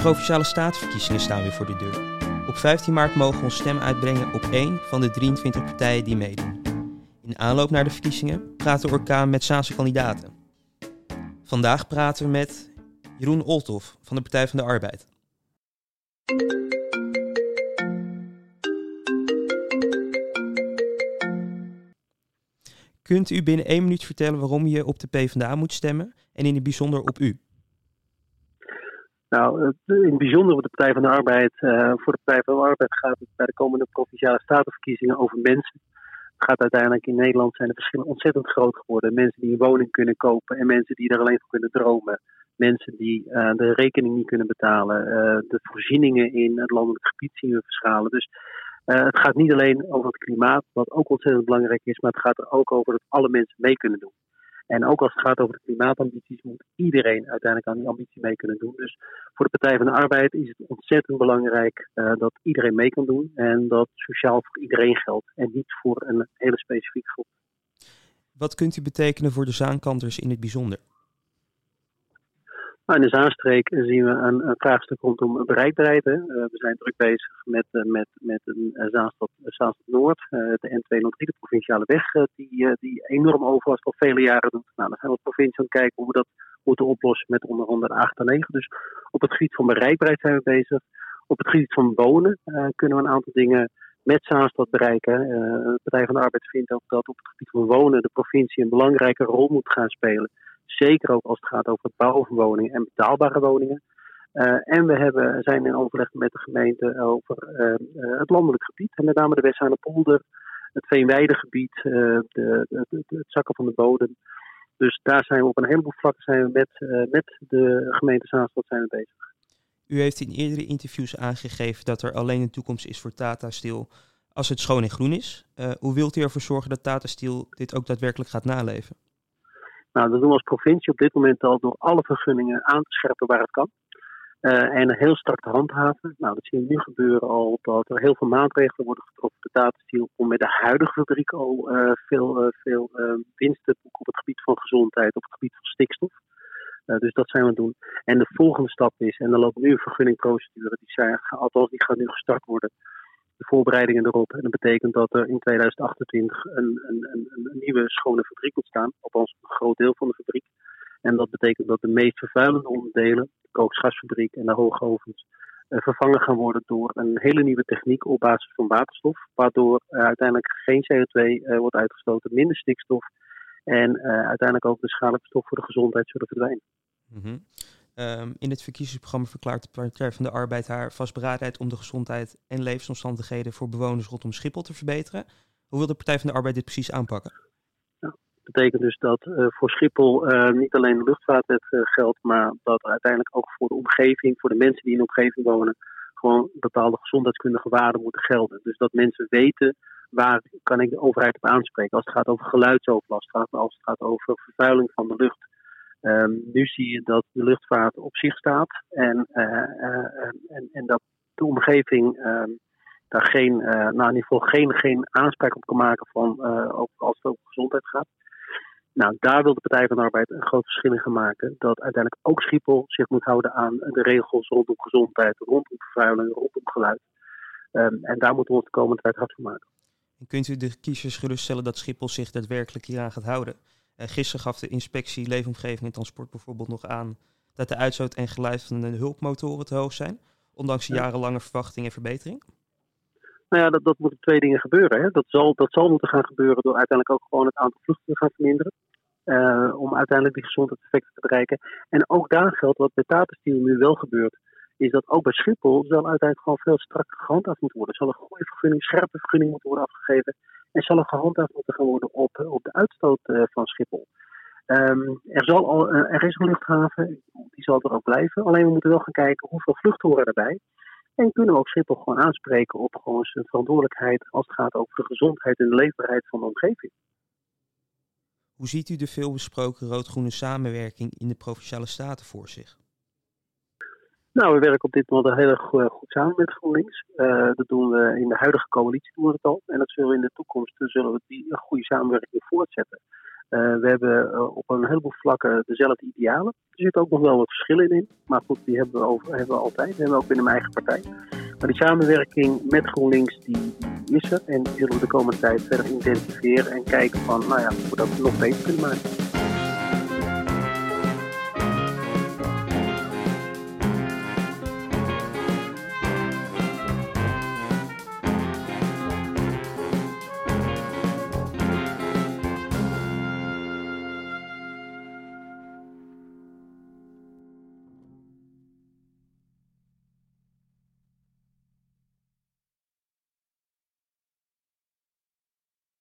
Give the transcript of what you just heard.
Provinciale Statenverkiezingen staan weer voor de deur. Op 15 maart mogen we ons stem uitbrengen op 1 van de 23 partijen die meedoen. In aanloop naar de verkiezingen praat de orkaan met Zaanse kandidaten. Vandaag praten we met Jeroen Olthoff van de Partij van de Arbeid. Kunt u binnen 1 minuut vertellen waarom je op de PvdA moet stemmen en in het bijzonder op u? Nou, in het bijzonder op de Partij van de Arbeid. Voor de Partij van de Arbeid gaat het bij de komende Provinciale Statenverkiezingen over mensen. Het gaat uiteindelijk in Nederland zijn de verschillen ontzettend groot geworden. Mensen die een woning kunnen kopen en mensen die er alleen voor kunnen dromen. Mensen die de rekening niet kunnen betalen. De voorzieningen in het landelijk gebied zien we verschalen. Dus het gaat niet alleen over het klimaat, wat ook ontzettend belangrijk is. Maar het gaat er ook over dat alle mensen mee kunnen doen. En ook als het gaat over de klimaatambities, moet iedereen uiteindelijk aan die ambitie mee kunnen doen. Dus voor de Partij van de Arbeid is het ontzettend belangrijk dat iedereen mee kan doen. En dat sociaal voor iedereen geldt en niet voor een hele specifieke groep. Wat kunt u betekenen voor de Zaankanters in het bijzonder? Nou, in de Zaanstreek zien we een vraagstuk rondom bereikbaarheid. We zijn druk bezig met een Zaanstad Noord, de N203, de provinciale weg, die enorm overlast al vele jaren doet. Nou, dan gaan we als provincie aan het kijken hoe we dat moeten oplossen met onder andere 8 en 9. Dus op het gebied van bereikbaarheid zijn we bezig. Op het gebied van wonen kunnen we een aantal dingen met Zaanstad bereiken. De Partij van de Arbeid vindt ook dat op het gebied van wonen de provincie een belangrijke rol moet gaan spelen. Zeker ook als het gaat over het bouwen van woningen en betaalbare woningen. En we zijn in overleg met de gemeente over het landelijk gebied. En met name de Westzaanerpolder, het Veenweidegebied, het zakken van de bodem. Dus daar zijn we op een heleboel vlakken met de gemeente Zaanstad zijn we bezig. U heeft in eerdere interviews aangegeven dat er alleen een toekomst is voor Tata Steel als het schoon en groen is. Hoe wilt u ervoor zorgen dat Tata Steel dit ook daadwerkelijk gaat naleven? Nou, dat doen we als provincie op dit moment al door alle vergunningen aan te scherpen waar het kan. En heel strak te handhaven. Nou, dat zien we nu gebeuren al, dat er heel veel maatregelen worden getroffen door Tata Steel om met de huidige fabriek al veel winst te boeken op het gebied van gezondheid, op het gebied van stikstof. Dus dat zijn we aan het doen. En de volgende stap is, en er loopt nu een vergunningprocedure, die gaat nu gestart worden. De voorbereidingen erop. En dat betekent dat er in 2028 een nieuwe schone fabriek moet staan. Althans een groot deel van de fabriek. En dat betekent dat de meest vervuilende onderdelen, de kookgasfabriek en de hoogovens, vervangen gaan worden door een hele nieuwe techniek op basis van waterstof. Waardoor uiteindelijk geen CO2 wordt uitgestoten, minder stikstof. En uiteindelijk ook de schadelijke stof voor de gezondheid zullen verdwijnen. Mm-hmm. In het verkiezingsprogramma verklaart de Partij van de Arbeid haar vastberadenheid om de gezondheid en levensomstandigheden voor bewoners rondom Schiphol te verbeteren. Hoe wil de Partij van de Arbeid dit precies aanpakken? Nou, dat betekent dus dat voor Schiphol niet alleen de luchtvaartwet geldt, maar dat uiteindelijk ook voor de omgeving, voor de mensen die in de omgeving wonen, gewoon bepaalde gezondheidskundige waarden moeten gelden. Dus dat mensen weten waar kan ik de overheid op aanspreken als het gaat over geluidsoverlast, als het gaat over vervuiling van de lucht. Nu zie je dat de luchtvaart op zich staat en dat de omgeving daar in ieder geval geen aanspraak op kan maken van als het over gezondheid gaat. Nou, daar wil de Partij van de Arbeid een groot verschil in gaan maken. Dat uiteindelijk ook Schiphol zich moet houden aan de regels rondom gezondheid, rondom vervuiling, rondom geluid. En daar moeten we ons de komende tijd hard voor maken. En kunt u de kiezers geruststellen dat Schiphol zich daadwerkelijk hieraan gaat houden? Gisteren gaf de inspectie Leefomgeving en Transport bijvoorbeeld nog aan dat de uitstoot en geluid van de hulpmotoren te hoog zijn, ondanks de jarenlange verwachting en verbetering. Nou ja, dat moeten 2 dingen gebeuren. Hè. Dat zal moeten gaan gebeuren door uiteindelijk ook gewoon het aantal vluchten te gaan verminderen. Om uiteindelijk die gezondheidseffecten te bereiken. En ook daar geldt wat bij Tata Steel nu wel gebeurt, is dat ook bij Schiphol zal uiteindelijk gewoon veel strakker gehandhaafd moeten worden. Er zal een goede vergunning, scherpe vergunning moeten worden afgegeven. En zal er gehandhaafd moeten gaan worden op de uitstoot van Schiphol. Er is een luchthaven, die zal er ook blijven. Alleen we moeten wel gaan kijken hoeveel vluchten horen erbij. En kunnen we ook Schiphol gewoon aanspreken op gewoon zijn verantwoordelijkheid als het gaat over de gezondheid en de leefbaarheid van de omgeving. Hoe ziet u de veelbesproken rood-groene samenwerking in de Provinciale Staten voor zich? Nou, we werken op dit moment heel erg goed samen met GroenLinks. Dat doen we in de huidige coalitie doen we het al. En dat zullen we in de toekomst die goede samenwerking voortzetten. We hebben op een heleboel vlakken dezelfde idealen. Er zitten ook nog wel wat verschillen in. Maar goed, die hebben we altijd. Die hebben we ook binnen mijn eigen partij. Maar die samenwerking met GroenLinks, die is er. En die zullen we de komende tijd verder intensiveren. En kijken van, hoe we dat nog beter kunnen maken.